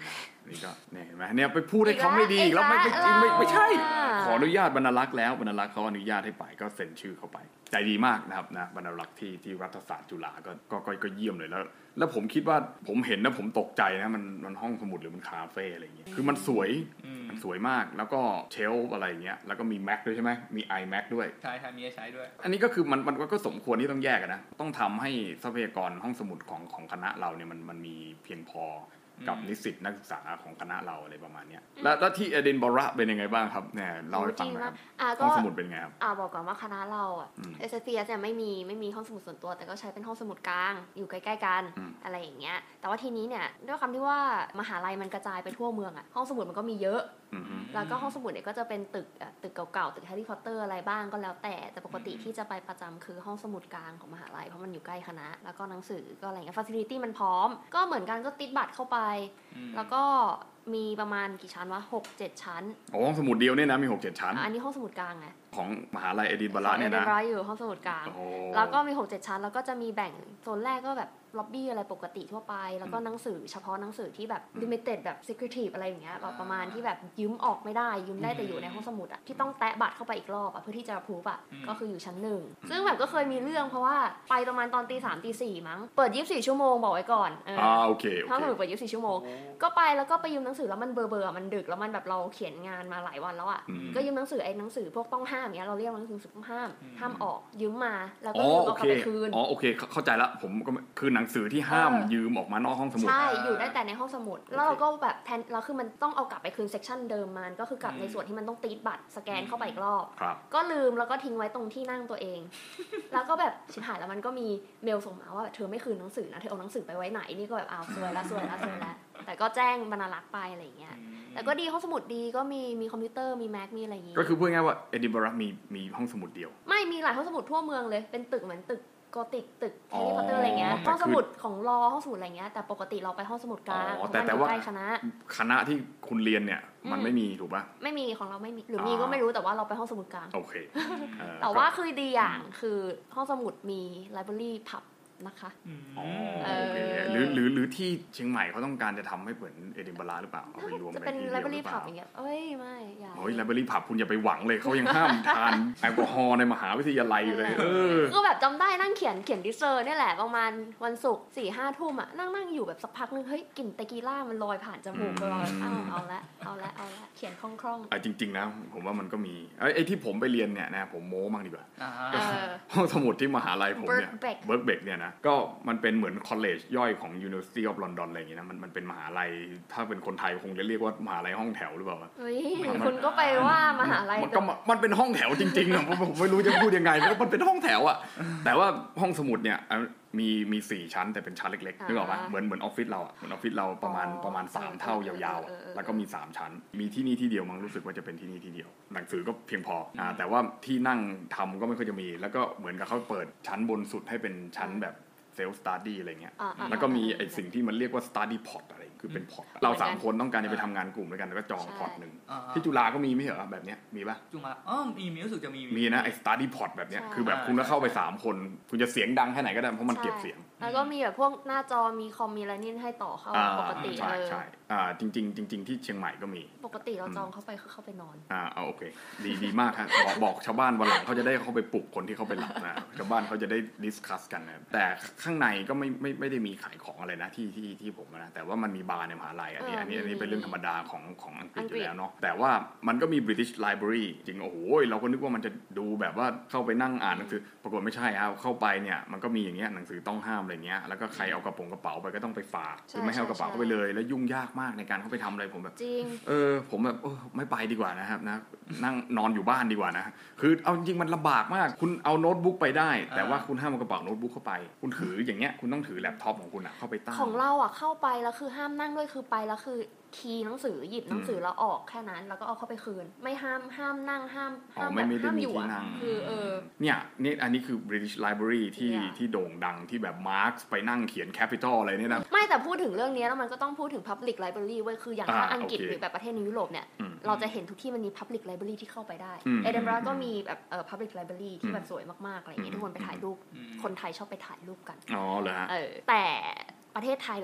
นี่ก็เนี่ยเห็นไหมเนี่ยไปพูดให้เขาไม่ดีแล้วไม่จริงไม่ไม่ใช่ขออนุญาตบรรณารักษ์แล้วบรรณารักษ์เขาอนุญาตให้ไปก็เซ็นชื่อเข้าไปใจดีมากนะครับนะบรรณารักษ์ที่ที่รัฐศาสตร์จุฬาก็ก็ก็เยี่ยมเลยแล้วแล้วผมคิดว่าผมเห็นนะผมตกใจนะมันมันห้องสมุดหรือมันคาเฟ่อะไรอย่างเงี้ยคือมันสวยมันสวยมากแล้วก็เชลฟ์อะไรอย่างเงี้ยแล้วก็มี Mac ด้วยใช่ไหมมี iMac ด้วยใช่ใช่มีใช้ด้วยอันนี้ก็คือมันมันก็สมควรที่ต้องแยกนะต้องทำให้ทรัพยากรห้องสมุดของของคณะเราเนี่ยมันมันมีเพียงพอกับนิสิตนักศึกษาของคณะเราอะไรประมาณนี้แล้วแล้วที่เอดินบะระเป็นยังไงบ้างครับเนี่ยเล่าให้ฟังหน่อยครับห้องสมุดเป็นไงครับอ่าบอกก่อนว่าคณะเราอ่ะ เอส เอส พี เอส เนี่ยไม่มีไม่มีห้องสมุดส่วนตัวแต่ก็ใช้เป็นห้องสมุดกลางอยู่ใกล้ๆกันอะไรอย่างเงี้ยแต่ว่าทีนี้เนี่ยด้วยคำที่ว่ามหาลัยมันกระจายไปทั่วเมืองอ่ะห้องสมุดมันก็มีเยอะแล้วก็ห้องสมุดเนี่ยก็จะเป็นตึกตึกเก่าๆตึกแฮร์รี่พอตเตอร์อะไรบ้างก็แล้วแต่แต่ปกติที่จะไปประจำคือห้องสมุดกลางของมหาลัยเพราะมันอยู่ใกล้คณะแล้วก็หนังสือก็อะไรเงี้ยฟาซิลิตี้มันพร้อมก็เหมือนกันก็ติดบัตรเข้าไปแล้วก็มีประมาณกี่ชั้นวะหกเจ็ดชั้นโอ้ห้องสมุดเดียวเนี่ยนะมีหกเจ็ดชั้นอันนี้ห้องสมุดกลางไงของมหาลัยเอดินบะระเนี่ยนะเอดินบะระอยู่ห้องสมุดกลางแล้วก็มีหกเจ็ดชั้นแล้วก็จะมีแบ่งโซนแรกก็แบบล็อบบี้อะไรปกติทั่วไปแล้วก็หนังสือเฉพาะหนังสือที่แบบ limited แบบ secretive อะไรอย่างเงี้ยแบบประมาณที่แบบยืมออกไม่ได้ยืมได้แต่อยู่ในห้องสมุดอ่ะที่ต้องแตะบัตรเข้าไปอีกรอบอ่ะเพื่อที่จะพูฟอ่ะก็คืออยู่ชั้นหนึ่งซึ่งแบบก็เคยมีเรื่องเพราะว่าไปประมาณตอนตีสามตีสี่มั้งเปิดยี่สิบสี่ชั่วโมงบอกไว้ก่อนเอออ่าโอเคห้องสมุดเปิดยี่สิบสี่ชั่วโมงก็ไปแล้วก็ไปยืมหนังสือแล้วมันเบอร์เบอร์มันดึกแล้วมันแบบเราเขียนงานมาหลายวันแล้วอ่ะก็ยืมหนังสือไอ้หนังสือพวกต้องห้ามอย่างเงี้ยเราเรียกหนังสือต้องห้ามห้ามออกยืมมาแล้วก็ยืมเอากลับไปคืนอ๋อโอเคเข้าใจละผมก็คือหนังสือที่ห้ามยืมออกมานอกห้องสมุดใช่อยู่ได้แต่ในห้องสมุดแล้วเราก็แบบแทนเราคือมันต้องเอากลับไปคืนเซกชันเดิมมันก็คือกลับในส่วนที่มันต้องตีดบัตรสแกนเข้าไปอีกรอบก็ลืมแล้วก็ทิ้งไว้ตรงที่นั่งตัวเองแล้วก็แบบชิบหายแล้วมันก็มีเมลส่งมาว่าเธอไม่คืนหนังสือนะเธอเอาหนังสือไปไว้ไหนนี่ก็แบบอ้าวซวยละซวยละซวยละแต่ก็แจ้งบรรณารักษ์ไปอะไรอย่างเงี้ยแต่ก็ดีห้องสมุดดีก็มีมีคอมพิวเตอร์มีแม็กมีอะไรอย่างงี้ก็คือพูดง่ายว่าเอดินบะระมีมีห้องสมุดเดียวไม่มีหลายห้องสมุดทั่วเมืองเลยเป็นตึกเหมือนตึกโกติกตึกแฮร์รี่พอตเตอร์อะไรเงี้ยห้องสมุดของรอห้องสมุดอะไรเงี้ยแต่ปกติเราไปห้องสมุดกลางแต่แต่ว่าคณะคณะที่คุณเรียนเนี่ยมันไม่มีถูกป่ะไม่มีของเราไม่มีหรือมีก็ไม่รู้แต่ว่าเราไปห้องสมุดกลางโอเคแต่ว่าคือดีอย่างคือห้องสมุดมีไลบรารีผับนะคะอ๋อโอเคหรือหรือหรือที่เชียงใหม่เขาต้องการจะทำให้เหมือนเอดินบะระหรือเปล่าเอาไปรวมกันที่เดียวจะเป็นไลบรารีผับอย่างเงี้ยเอ้ยไม่อย่าโอ้ยไลบรารีผับคุณอย่าไปหวังเลยเขายังห้ามทานแอลกอฮอล์ในมหาวิทยาลัยอยู่เลยเออก็แบบจำได้นั่งเขียนเขียนดิสเซอร์นี่แหละประมาณวันศุกร์สี่ห้าทุ่มอ่ะนั่งนั่งอยู่แบบสักพักนึงเฮ้ยกลิ่นเตกีล่ามันลอยผ่านจมูกไปเลยอ้าวเอาละเอาละเอาละเขียนคล่องๆอ่ะจริงๆนะผมว่ามันก็มีไอ้ที่ผมไปเรียนเนี่ยนะผมโม้มั่งดีกว่าห้องสมุดที่มหาลัยผมเนี่ยเบิร์กเบกเนี่ยนะก็มันเป็นเหมือนคอลเลจย่อยของ University of London อะไรอย่างเงี้ยนะมันมันเป็นมหาลัยถ้าเป็นคนไทยคงจะเรียกว่ามหาลัยห้องแถวหรือเปล่าเฮ้ยคุณก็ไปว่ามหาลัยมันก็มันเป็นห้องแถวจริงๆอ่ะผมไม่รู้จะพูดยังไงเพราะมันเป็นห้องแถวอ่ะแต่ว่าห้องสมุดเนี่ยมีมีสี่ชั้นแต่เป็นชั้นเล็กๆนึกออกป่ะเหมือนเหมือนออฟฟิศเราอ่ะเหมือนออฟฟิศเราประมาณประมาณสามเท่ายาวๆแล้วก็มีสามชั้นมีที่นี่ที่เดียวมั้งรู้สึกว่าจะเป็นที่นี่ที่เดียวหนังสือก็เพียงพออ่าแต่ว่าที่นั่งทำก็ไม่ค่อยจะมีแล้วก็เหมือนกับเขาเปิดชั้นบนสุดให้เป็นชั้นแบบเซลฟ์สตาร์ดี้อะไรเงี้ยแล้วก็มีไอ้สิ่งที่มันเรียกว่าสตาร์ดี้พอร์ตอะไรคือเป็นพอร์ตเราสามคนต้องการจะไปทำงานกลุ่มด้วยกันแล้วก็จองพอร์ตหนึ่งที่จุฬาก็มีไม่เหรอแบบเนี้ยมีป่ะจุฬาอ๋อมีมีรู้สึกจะมีมีนะไอ้สตาร์ดี้พอร์ตแบบเนี้ยคือแบบคุณก็เข้าไปสามคนคุณจะเสียงดังแค่ไหนก็ได้เพราะมันเก็บเสียงแล้วก็มีแบบพวกหน้าจอมีคอมมีอะไรนี่ให้ต่อเข้าปกติใช่ใช่อ่าจริงๆจริงๆที่เชียงใหม่ก็มีปกติเราจองเข้าไปคือเข้าไปนอนอ่าเอาโอเคดีดีมากครับบอกบอกชาวบ้านวันหลังเขาจะได้เข้าไปปลุกคนที่เขาไปหลับนะชาวบ้านเขาจะได้ดิสคัสกันนะแต่ข้างในก็ไม่ไม่ไม่ได้มีขายของอะไรนะที่ที่ที่ผมนะแต่ว่ามันมีบาร์ในมหาลัยอันนี้อันนี้อันนี้เป็นเรื่องธรรมดาของของอังกฤษอยู่แล้วเนาะแต่ว่ามันก็มี British Library จริงโอ้โหเราก็นึกว่ามันจะดูแบบว่าเข้าไปนั่งอ่านหนังสือปรากฏไม่ใช่ครับเข้าไปเนี่ยมันก็มีอย่างเงี้ยหนังสือต้องห้ามอะไรเงี้ยแล้วก็ใครเอากระป๋องกระเป๋าไปก็ต้องไปฝากคือไม่ให้เอากระเป๋าเข้าไปเลยแล้วยุ่งยากมากในการเข้าไปทำอะไรผมแบบจริงเออผมแบบเออไม่ไปดีกว่านะครับนะนั่งนอนอยู่บ้านดีกว่านะคือเอาจริงมันลำบากมากคุณเอาโน้ตบุ๊กไปได้แต่ว่าคุณห้ามเอากระเป๋าโน้ตบุ๊กเข้าไปคุณถืออย่างเงี้ยคุณต้องถือแล็ปท็อปของคุณอะเข้าไปตั้งของเราอะเข้าไปแล้วคือห้ามนั่งด้วยคือไปแล้วคือคีย์หนังสือหยิบหนังสือแล้วออกแค่นั้นแล้วก็เอาเข้าไปคืนไม่ห้ามห้ามนั่งห้ามห้ามแบบห้ามอยู่อ่ะคือเออเนี่ยนี่อันนี้คือ British Library ที่ที่โด่งดังที่แบบมาร์คไปนั่งเขียน Capital อะไรเนี่ยนะไม่แต่พูดถึงเรื่องนี้แล้วมันก็ต้องพูดถึง Public Library เว้ยคืออย่างถ้าอังกฤษหรือแบบประเทศในยุโรปเนี่ยเราจะเห็นทุกที่มันมี Public Library ที่เข้าไปได้เอดินบะระก็มีแบบเอ่อ Public Library ที่แบบสวยมากๆอะไรอย่างเงี้ยทุกคนไปถ่ายรูปคนไทยชอบไปถ่ายรูปกันอ๋อเหรอฮะเออแต่ประเทศไทยเราเนี่ย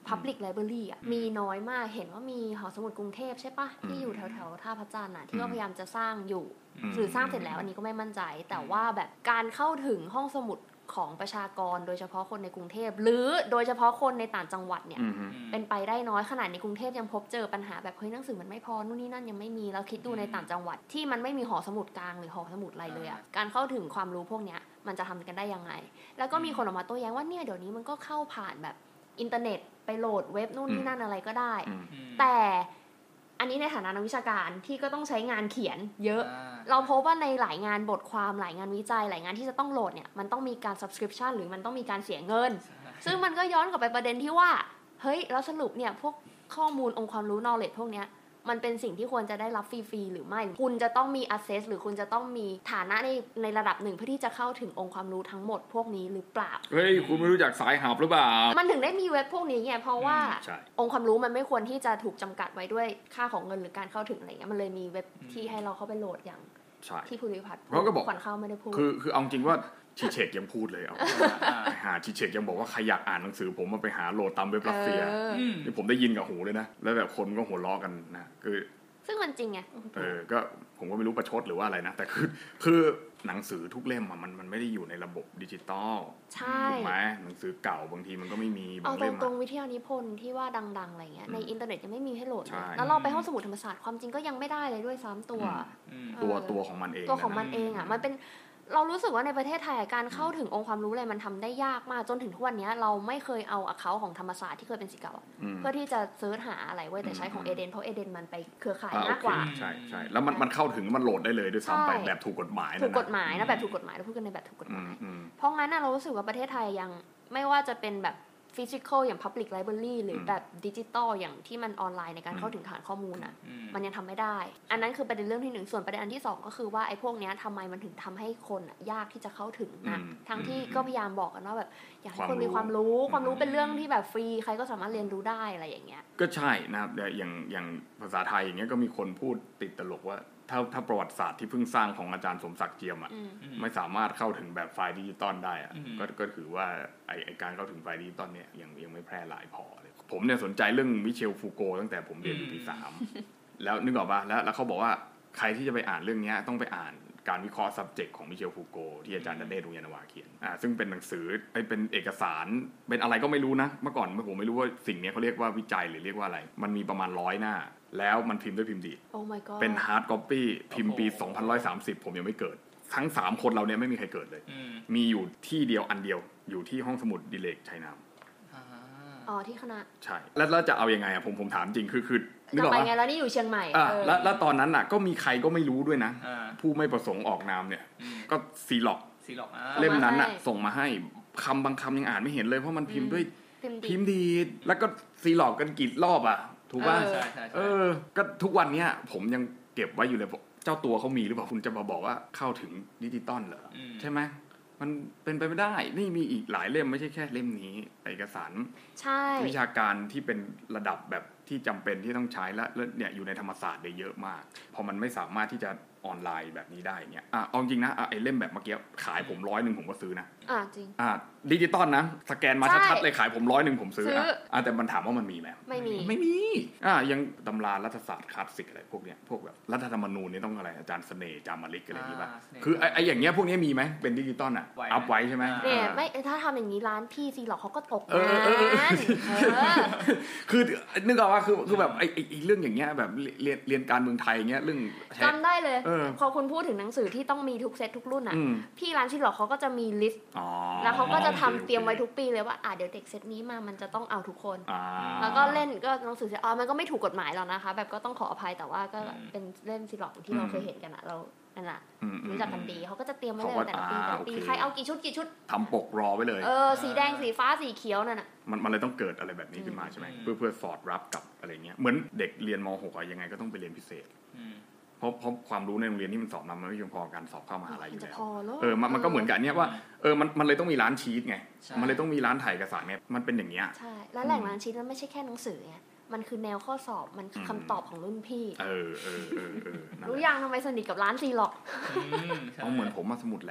Public Library อ่ะมีน้อยมากเห็นว่ามีหอสมุดกรุงเทพใช่ปะที่อยู่แถวๆท่าพระจันทร์น่ะที่ว่าพยายามจะสร้างอยู่หรือสร้างเสร็จแล้วอันนี้ก็ไม่มั่นใจแต่ว่าแบบการเข้าถึงห้องสมุดของประชากรโดยเฉพาะคนในกรุงเทพหรือโดยเฉพาะคนในต่างจังหวัดเนี่ยเป็นไปได้น้อยขนาดในกรุงเทพยังพบเจอปัญหาแบบเฮ้ยหนังสือมันไม่พอนู่นนี่นั่นยังไม่มีแล้วคิดดูในต่างจังหวัดที่มันไม่มีหอสมุดกลางหรือหอสมุดอะไรเลยอ่ะการเข้าถึงความรู้พวกเนี้ยมันจะทำกันได้ยังไงแล้วก็มีคนออกมาโต้แย้งว่าเนี่ยเดี๋ยวนี้มันก็เข้าผ่านแบบอินเทอร์เน็ตไปโหลดเว็บนู่นนี่นั่นอะไรก็ได้แต่อันนี้ในฐานะนักวิชาการที่ก็ต้องใช้งานเขียนเยอะเราพบว่าในหลายงานบทความหลายงานวิจัยหลายงานที่จะต้องโหลดเนี่ยมันต้องมีการ subscription หรือมันต้องมีการเสียเงินซึ่งมันก็ย้อนกลับไปประเด็นที่ว่าเฮ้ยแล้วสรุปเนี่ยพวกข้อมูลองค์ความรู้ knowledge พวกเนี้ยมันเป็นสิ่งที่ควรจะได้รับฟรีๆหรือไม่คุณจะต้องมี access หรือคุณจะต้องมีฐานะในในระดับหนึ่งเพื่อที่จะเข้าถึงองค์ความรู้ทั้งหมดพวกนี้หรือเปล่าเฮ้ยคุณไม่รู้จักสายหับหรือเปล่ามันถึงได้มีเว็บพวกนี้ไงเพราะว่าองค์ความรู้มันไม่ควรที่จะถูกจำกัดไว้ด้วยค่าของเงินหรือการเข้าถึงอะไรเงี้ยมันเลยมีเว็บที่ให้เราเข้าไปโหลดอย่างที่ภูริพัฒน์เขาก็บอกขวัญเข้าไม่ได้พูดคือคือเอาจริงว่าชีเชกยังพูดเลยเอาหาชีเชกยังบอกว่าใครอยากอ่านหนังสือผมมาไปหาโหลดตามเว็บรัสเซียนี่ผมได้ยินกับหูเลยนะแล้วแบบคนก็หัวเราะกันนะคือซึ่งมันจริงไงเออก็ผมก็ไม่รู้ประชดหรือว่าอะไรนะแต่คือคือหนังสือทุกเล่มมันมันไม่ได้อยู่ในระบบดิจิตอลใช่ถูกไหมหนังสือเก่าบางทีมันก็ไม่มีบางเล่มเอาตรงๆวิทยานิพนธ์ที่ว่าดังๆอะไรเงี้ยในอินเทอร์เน็ตยังไม่มีให้โหลดเลยแล้วเราไปห้องสมุดธรรมศาสตร์ความจริงก็ยังไม่ได้เลยด้วยซ้ำตัวตัวตัวของมันเองตัวของมันเองอ่ะมันเป็นเรารู้สึกว่าในประเทศไทยการเข้าถึงองค์ความรู้อะไรมันทำได้ยากมากจนถึงทุกวันนี้เราไม่เคยเอาอ account ของธรรมศาสตร์ที่เคยเป็นศิษย์เก่าเพื่อที่จะเซิร์ชหาอะไรไว้แต่ใช้ของเอเดนเพราะเอเดนมันไปเครือข่ายมากกว่าใช่ใช่แล้วมันมันเข้าถึงมันโหลดได้เลยด้วยซ้ำไปแบบถูกกฎหมายถูกกฎหมายนะแบบถูกกฎหมายเราพูดกันในแบบถูกกฎหมายเพราะงั้นเรารู้สึกว่าประเทศไทยยังไม่ว่าจะเป็นแบบphysical อย่าง public library หรือแบบดิจิตอลอย่างที่มันออนไลน์ในการเข้าถึงฐานข้อมูลอ่ะมันยังทำไม่ได้อันนั้นคือประเด็นเรื่องที่หนึ่งส่วนประเด็นอันที่สองก็คือว่าไอ้พวกนี้ทำไมมันถึงทำให้คนอ่ะยากที่จะเข้าถึงนะทั้งที่ก็พยายามบอกกันว่าแบบอยากให้คนมีความรู้ความรู้เป็นเรื่องที่แบบฟรีใครก็สามารถเรียนรู้ได้อะไรอย่างเงี้ยก็ใช่นะครับอย่างอย่างภาษาไทยอย่างเงี้ยก็มีคนพูดติดตลกว่าถ้าถ้าประวัติศาสตร์ที่เพิ่งสร้างของอาจารย์สมศักดิ์เจียมอ่ะไม่สามารถเข้าถึงแบบไฟล์ดิจิตอลได้อ่ะก็ก็ถือว่าไอไอการเข้าถึงไฟล์ดิจิตอลเนี่ยยังยังไม่แพร่หลายพอเลยผมเนี่ยสนใจเรื่องมิเชลฟูโกตั้งแต่ผมเรียนอยู่ปีสามแล้วนึกออกป่ะแล้วแล้วเขาบอกว่าใครที่จะไปอ่านเรื่องนี้ต้องไปอ่านการวิเคราะห์ subject ของมิเชลฟูโกที่อาจารย์ดเนต วงยานนาวาเขียนอ่าซึ่งเป็นหนังสือเป็นเอกสารเป็นอะไรก็ไม่รู้นะเมื่อก่อนผมไม่รู้ว่าสิ่งนี้เขาเรียกว่าวิจัยหรือเรียกว่าอะไรมันมีประมาณร้อยหน้าแล้วมันพิมพ์ด้วยพิมพ์ดีด oh my god เป็น hard copy พิมพ์ปีสองพันหนึ่งร้อยสามสิบผมยังไม่เกิดทั้งสามคนเราเนี่ยไม่มีใครเกิดเลยมีอยู่ที่เดียวอันเดียวอยู่ที่ห้องสมุดดิเลกชัยนามอ๋อที่คณะใช่แล้วแล้วจะเอายังไงอ่ะผมผมถามจริงคือคือนึกออกป่ะไงแล้วนี่อยู่เชียงใหม่อ่ะแล้วแล้วตอนนั้นน่ะก็มีใครก็ไม่รู้ด้วยนะผู้ไม่ประสงค์ออกนามเนี่ยก็ซีล็อกซีล็อกเล่มนั้นน่ะส่งมาให้คำบางคำยังอ่านไม่เห็นเลยเพราะมันพิมพ์ด้วยพิมพ์ดีแล้วก็ซีล็อกกันกี่รอบอ่ะถูกป่ะใช่ใช่เออก็ทุกวันเนี้ยผมยังเก็บไว้อยู่เลยเจ้าตัวเขามีหรือเปล่าคุณจะมาบอกว่าเข้าถึงดิจิตอลเหรอใช่ไหมมันเป็นไปไม่ได้นี่มีอีกหลายเล่มไม่ใช่แค่เล่มนี้เอกสารวิชาการที่เป็นระดับแบบที่จำเป็นที่ต้องใช้และเนี่ยอยู่ในธรรมศาสตร์ได้เยอะมากพอมันไม่สามารถที่จะออนไลน์แบบนี้ได้เนี่ยอ่ะเอาจริงนะอ่ะไอ้เล่มแบบเมื่อกี้ขายผมร้อยหนึ่งผมก็ซื้อนะอ่ะจริงอ่ะดิจิตอลนะสแกนมาชัดๆเลยขายผมร้อยหนึ่งผมซื้ออ่ะอ่ะแต่มันถามว่ามันมีไหมไม่มีไม่มีอ่ะยังตำรารัฐศาสตร์คลาสสิกอะไรพวกเนี้ยพวกแบบรัฐธรรมนูญนี่ต้องอะไรอาจารย์เสน่ห์จามาริกอะไรอย่างงี้ป่ะคือไอ้ไอ้อย่างเงี้ยพวกนี้มีไหมเป็นดิจิตอลอ่ะอัพไว้ใช่ไหมเนี่ยไม่ถ้าทำอย่างนี้ร้านพี่ซีหรอกเขาก็ตกงานคือนึกออกว่าคือคือแบบไอ้ไอ้เรื่องอย่างเงี้ยแบบเรียนเรียนการเมืองไทยเงี้ยเรื่องจำได้เลยพอคุณพูดถึงหนังสือที่ต้องมีทุกเซตทุกรุ่นอ่ะพี่ร้านซีหรอกเขาก็จะมีลิสต์แล้วเขาก็จะทำเตรียมไว้ทุกปีเลยว่าอ่ะเดี๋ยวเด็กเซตนี้มามันจะต้องเอาทุกคนแล้วก็เล่นก็หนังสืออ๋อมันก็ไม่ถูกกฎหมายหรอกนะคะแบบก็ต้องขออภัยแต่ว่าก็เป็นเล่มซีหรอกที่เราเคยเห็นกันอ่ะเรานั่นแหละรู้จักกันดีเขาก็จะเตรียมไว้เลยแต่ละปีแต่ละปีใครเอากี่ชุดกี่ชุดทำปกรอไว้เลยเออสีแดงสีฟ้าสีเขียวนั่นน่ะมันมันเลยต้องเกิดอะไรแบบนี้ขึ้นมาใช่ไหมเพื่อเพื่อสอดรับกับอะไรเงี้ยเหมือนเด็กเรียนม.หก อ่ะยังไงก็ต้องไปเรียนพิเศษเพราะเพราะความรู้ในโรงเรียนที่มันสอบมามันไม่เพียงพอการสอบเข้ามหาลัยอยู่แล้วเออมันมันก็เหมือนกันเนี่ยว่าเออมันมันเลยต้องมีร้านชีทไงมันเลยต้องมีร้านถ่ายเอกสารเนี่ยมันเป็นอย่างเงี้ยใช่แล้วแหล่งร้านชีทมันไม่ใช่แค่หนังสือไงมันคือแนวข้อสอบมันคือคำตอบของรุ่นพี่เออเออเออเออรู้ยังทำไมสนิทกับร้านซีหรอกเอาเหมือนผมมาสมุดแลบอะ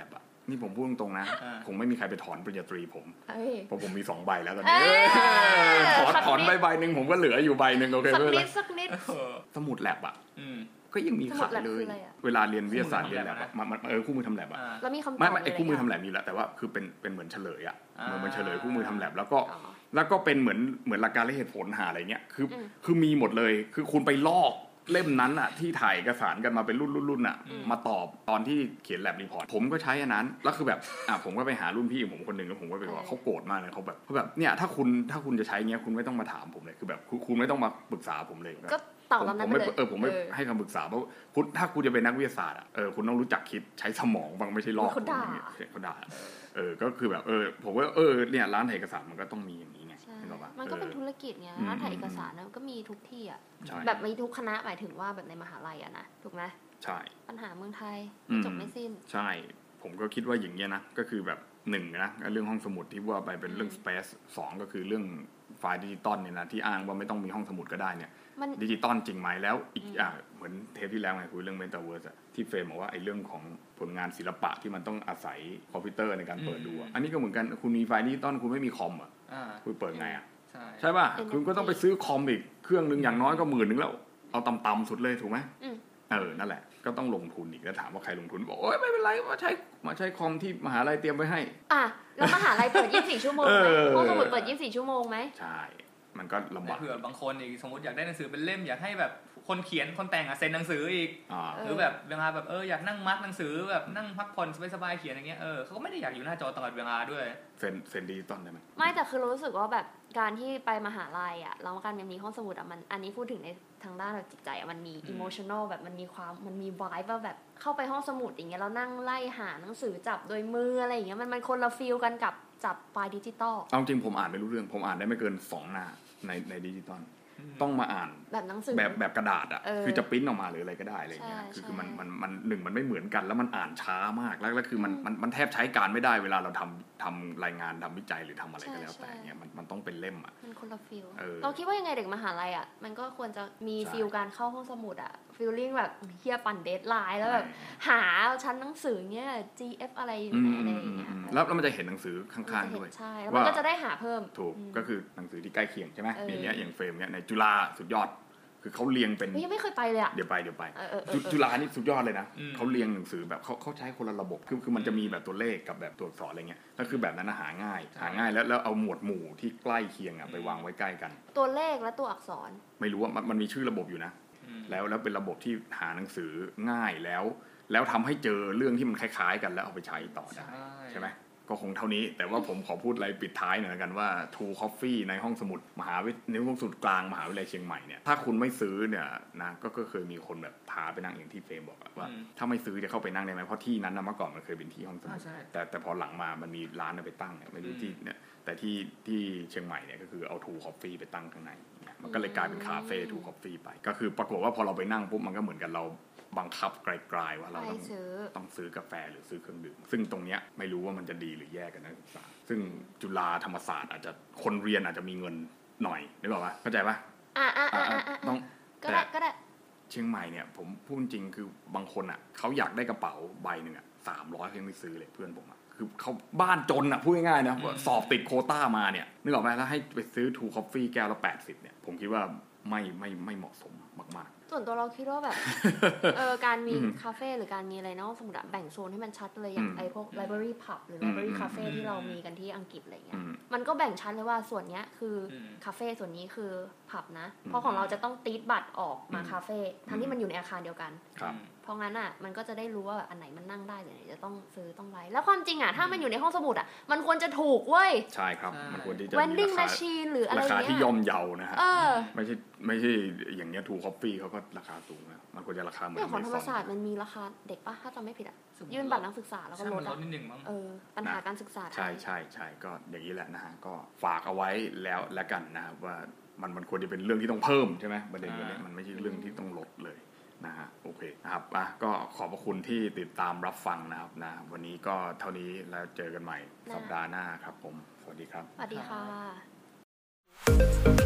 นี่ผมพูดตรงๆนะคงไม่มีใครไปถอนปริญญาตรีผมเพราะผมมีสองใบแล้วตอนนี้นี้ถอนถอนใบใบนึงผมก็เหลืออยู่ใบนึงโอเคสักเพื่อนนิดสักนิดสมุดแลบอ่ะก็ยังมีขายเลยเวลาเรียนวิทยาศาสตร์เรียนแลบมันเออคู่มือทำแลบอ่ะแล้วมีคำตอบไม่ไม่ไอ้คู่มือทำแลบมีแหละแต่ว่าคือเป็นเป็นเหมือนเฉลยอ่ะเหมือนมันเฉลยคู่มือทำแลบแล้วก็แล้วก็เป็นเหมือนเหมือนหลักการและเหตุผลหาอะไรเงี้ยคือคือมีหมดเลยคือคุณไปลอกเล่มนั้นอะที่ถ่ายเอกสารกันมาเป็นรุ่นรุ่นรุ่นอะมาตอบตอนที่เขียนแลบรีพอร์ตผมก็ใช้อันนั้นแล้วคือแบบอ่ะผมก็ไปหารุ่นพี่ผมคนหนึ่งแล้วผมก็ไปบอกเขาโกรธมากเลยเขาแบบเขาแบบเนี่ยถ้าคุณถ้าคุณจะใช้เงี้ยคุณไม่ต้องมาถามผมเลยคือแบบคุณไม่ต้องมาปรึกษาผมเลยก็ตอบแล้วนั้นเลยเออผมไม่ให้คำปรึกษาเพราะคุณถ้าคุณจะเป็นนักวิทยาศาสตร์อะเออคุณต้องรู้จักคิดใช้สมองบ้างไม่ใช่ลอกเขาด่าเขาด่าเออก็คือแบบเออผมว่าเออเนี่ยร้านถ่ายเอกสารมันก็ต้องมีอย่างนี้ไงมันก็เป็นธุรกิจไงร้านถ่ายเอกสารนะก็มีทุกที่อ่ะแบบมีทุกคณะหมายถึงว่าแบบในมหาลัยอ่ะนะถูกไหมใช่ปัญหาเมืองไทยจบไม่สิ้นใช่ผมก็คิดว่าอย่างเงี้ยนะก็คือแบบหนึ่งนะเรื่องห้องสมุดที่ว่าไปเป็นเรื่อง space สองก็คือเรื่องไฟล์ดิจิตอลเนี่ยนะที่อ้างว่าไม่ต้องมีห้องสมุดก็ได้เนี่ยดิจิตอลจริงไหมแล้วอีกอ่าเหมือนเทปที่แล้วไงคุยเรื่อง Metaverse ที่เฟรมบอกว่าไอ้เรื่องของผลงานศิลปะที่มันต้องอาศัยคอมพิวเตอร์ในการเปิดดูอันนี้ก็เหมือนกันคุณมีไฟล์ดิจิตอลคุณไม่มีคอมอ่ะคุณเปิดไงอ่ะใช่ป่ะคุณก็ต้องไปซื้อคอมอีกเครื่องนึงอย่างน้อยก็หมื่นนึงแล้วเอาต่ำๆสุดเลยถูกไหมเออนั่นแหละก็ต้องลงทุนอีกแล้วถามว่าใครลงทุนบอกโอ๊ยไม่เป็นไรมาใช้มาใช้คอมที่มหาลัยเตรียมไว้ให้อ่ะแล้วมหาลัยเปิดยี่สิบสี่ชั่วโมงไหมห้องสมุดเปิดยี่สิบสี่ชั่วโมงไหมใช่มันก็ลำบากเผื่อบางคนอีกสมมติอยากได้หนังสือเป็นเล่มอยากให้แบบคนเขียนคนแต่งอ่ะเซ็นหนังสืออีกหรือแบบเวลาแบบเอออยากนั่งมัดหนังสือแบบนั่งพักผ่อนสบายๆเขียนอย่างเงี้ยเออเขาก็ไม่ได้อยากอยู่หน้าจอตลอดเวลาด้วยเซ็นเซ็นดิจิตอลได้ไหมไม่แต่คือรู้สึกว่าแบบการที่ไปมหาลัยอ่ะแล้วการมีห้องสมุดอ่ะมันอันนี้พูดถึงในทางด้านแบบจิตใจอ่ะมันมีอิโมชันนอลแบบมันมีความมันมีไวบ์ว่าแบบเข้าไปห้องสมุดอย่างเงี้ยแล้วนั่งไล่หาหนังสือจับโดยมืออะไรอย่างเงี้ยมันมันคนละฟีลกันกับจับไฟล์ดิจิตอลเอาจริงผมอ่านไม่รู้เรื่องผมอ่านได้ไม่เกินสองหน้าในในดิจิตอลต้องมาอ่านแบบหนังสือแบบแบบกระดาษอ่ะคือจะปริ้นออกมาหรืออะไรก็ได้อะไรเงี้ยคือคือมันมันมันหนึ่งมันไม่เหมือนกันแล้วมันอ่านช้ามากแล้วแล้วคือมันมันมันแทบใช้การไม่ได้เวลาเราทำทำรายงานทำวิจัยหรือทำอะไรก็แล้วแต่เงี้ยมันมันต้องเป็นเล่มอ่ะมันคนละฟีลเราคิดว่ายังไงเด็กมหาลัยอ่ะมันก็ควรจะมีฟีลการเข้าห้องสมุดอ่ะฟีลลิ่งแบบเฮียปั่นเดดไลน์แล้วแบบหาชั้นหนังสือเงี้ย จี เอฟ อะไรอยู่ไหนอะไรอย่างเงี้ยแล้วแล้วมันจะเห็นหนังสือข้างๆด้วยใช่แล้วมันก็จะได้หาเพิ่มถูกก็คือหนังสือที่ใกล้เคียงใช่ไหมอย่างเงี้ยอย่างเฟรมเงี้ยในจุฬาสุดยอดคือเขาเรียงเป็นยังไม่เคยไปเลยอ่ะเดี๋ยวไปเดี๋ยวไปจุฬานี่สุดยอดเลยนะเขาเรียงหนังสือแบบเขาเขาใช้คนละระบบคือคือมันจะมีแบบตัวเลขกับแบบตัวอักษรอะไรเงี้ยก็คือแบบนั้นหาง่ายหาง่ายแล้วแล้วเอาหมวดหมู่ที่ใกล้เคียงอ่ะไปวางไว้ใกล้กันตัวเลขและตัวอักษรไม่รู้ว่ามันมันมีชื่อระบบอยู่นะแล้วแล้วเป็นระบบที่หาหนังสือง่ายแล้วแล้วทำให้เจอเรื่องที่มันคล้ายๆกันแล้วเอาไปใช้ต่อได้ใช่ไหมก็คงเท่านี้แต่ว่าผมขอพูดอะไรปิดท้ายหน่อยละกันว่า True Coffee ในห้องสมุดมหาวิทยาลัยห้องสมุดกลางมหาวิทยาลัยเชียงใหม่เนี่ยถ้าคุณไม่ซื้อเนี่ยนะก็ก็เคยมีคนแบบพาไปนั่งอย่างที่เฟรมบอกว่าถ้าไม่ซื้อจะเข้าไปนั่งได้ไหมเพราะที่นั้นนะเมื่อก่อนมันเคยเป็นที่ห้องสมุดแต่แต่พอหลังมามันมีร้านไปตั้งเนี่ยไม่รู้ที่เนี่ยแต่ที่ที่เชียงใหม่เนี่ยก็คือเอา True Coffee ไปตั้งข้างในมันก็เลยกลายเป็นคาเฟ่ True Coffee ไปก็คือปรากฏว่าพอเราไปนั่งปุ๊บมันก็เหมือนกันเราบังคับไกลๆว่าเราต้องต้องซื้อกาแฟหรือซื้อเครื่องดื่มซึ่งตรงเนี้ยไม่รู้ว่ามันจะดีหรือแย่กันนักศึกษาซึ่งจุฬาธรรมศาสตร์อาจจะคนเรียนอาจจะมีเงินหน่อยนึกออกปะเข้าใจปะอ่าอ่าอ่าต้องก็ได้ก็ได้เชียงใหม่เนี่ยผมพูดจริงคือบางคนอ่ะเขาอยากได้กระเป๋าใบหนึ่งอ่ะสามร้อยเขายังไม่ซื้อเลยเพื่อนผมอ่ะคือเขาบ้านจนอ่ะพูดง่ายๆนะสอบติดโควต้ามาเนี่ยนึกออกไหมแล้วให้ไปซื้อทูคอฟฟี่แก้วละแปดสิบเนี่ยผมคิดว่าไม่ไม่ไม่เหมาะสมมากๆส่วนตัวเราคิดว่าแบบเออการมีคาเฟ่หรือการมีอะไรเนาะสมมติแบ่งโซนให้มันชัดเลยอย่างไอ้พวก library pub หรือ library cafe ที่เรามีกันที่อังกฤษอะไรเงี้ยมันก็แบ่งชั้นเลยว่าส่วนเนี้ยคือคาเฟ่ส่วนนี้คือผับนะเพราะของเราจะต้องตีดบัตรออกมาคาเฟ่ทั้งที่มันอยู่ในอาคารเดียวกันเพราะงั้นอ่ะมันก็จะได้รู้ว่าอันไหนมันนั่งได้หรือไหนจะต้องซื้อต้องไรแล้วความจริงอ่ะถ้ามันอยู่ในห้องสมุดอ่ะมันควรจะถูกเว้ยใช่ครับมันควรที่จะ vending machine หรืออะไรเงี้ยราคาที่ย่อมเยานะฮะไม่ใช่ไม่ใช่อย่างเงี้ยทูคอฟฟี่เขาก็ราคาสูงนะมันควรจะราคาเหมือนของธรรมศาสตร์มันมีราคาเด็กป่ะถ้าจำไม่ผิดอ่ะยื่นบัตรนักศึกษาแล้วก็ลดอ่ะเออปัญหาการศึกษาใช่ใช่ใช่ก็อย่างนี้แหละนะฮะก็ฝากเอาไว้แล้วแล้วกันนะครับว่ามันมันควรจะเป็นเรื่องที่ต้องเพิ่มใช่ไหมประเด็นนี้มันไม่ใช่เรื่องที่ต้องลดเลยนะฮะโอเคนะครับอ่ะก็ขอบพระคุณที่ติดตามรับฟังนะครับนะวันนี้ก็เท่านี้แล้วเจอกันใหม่สัปดาห์หน้าครับผมสวัสดีครับสวัสดีค่ะ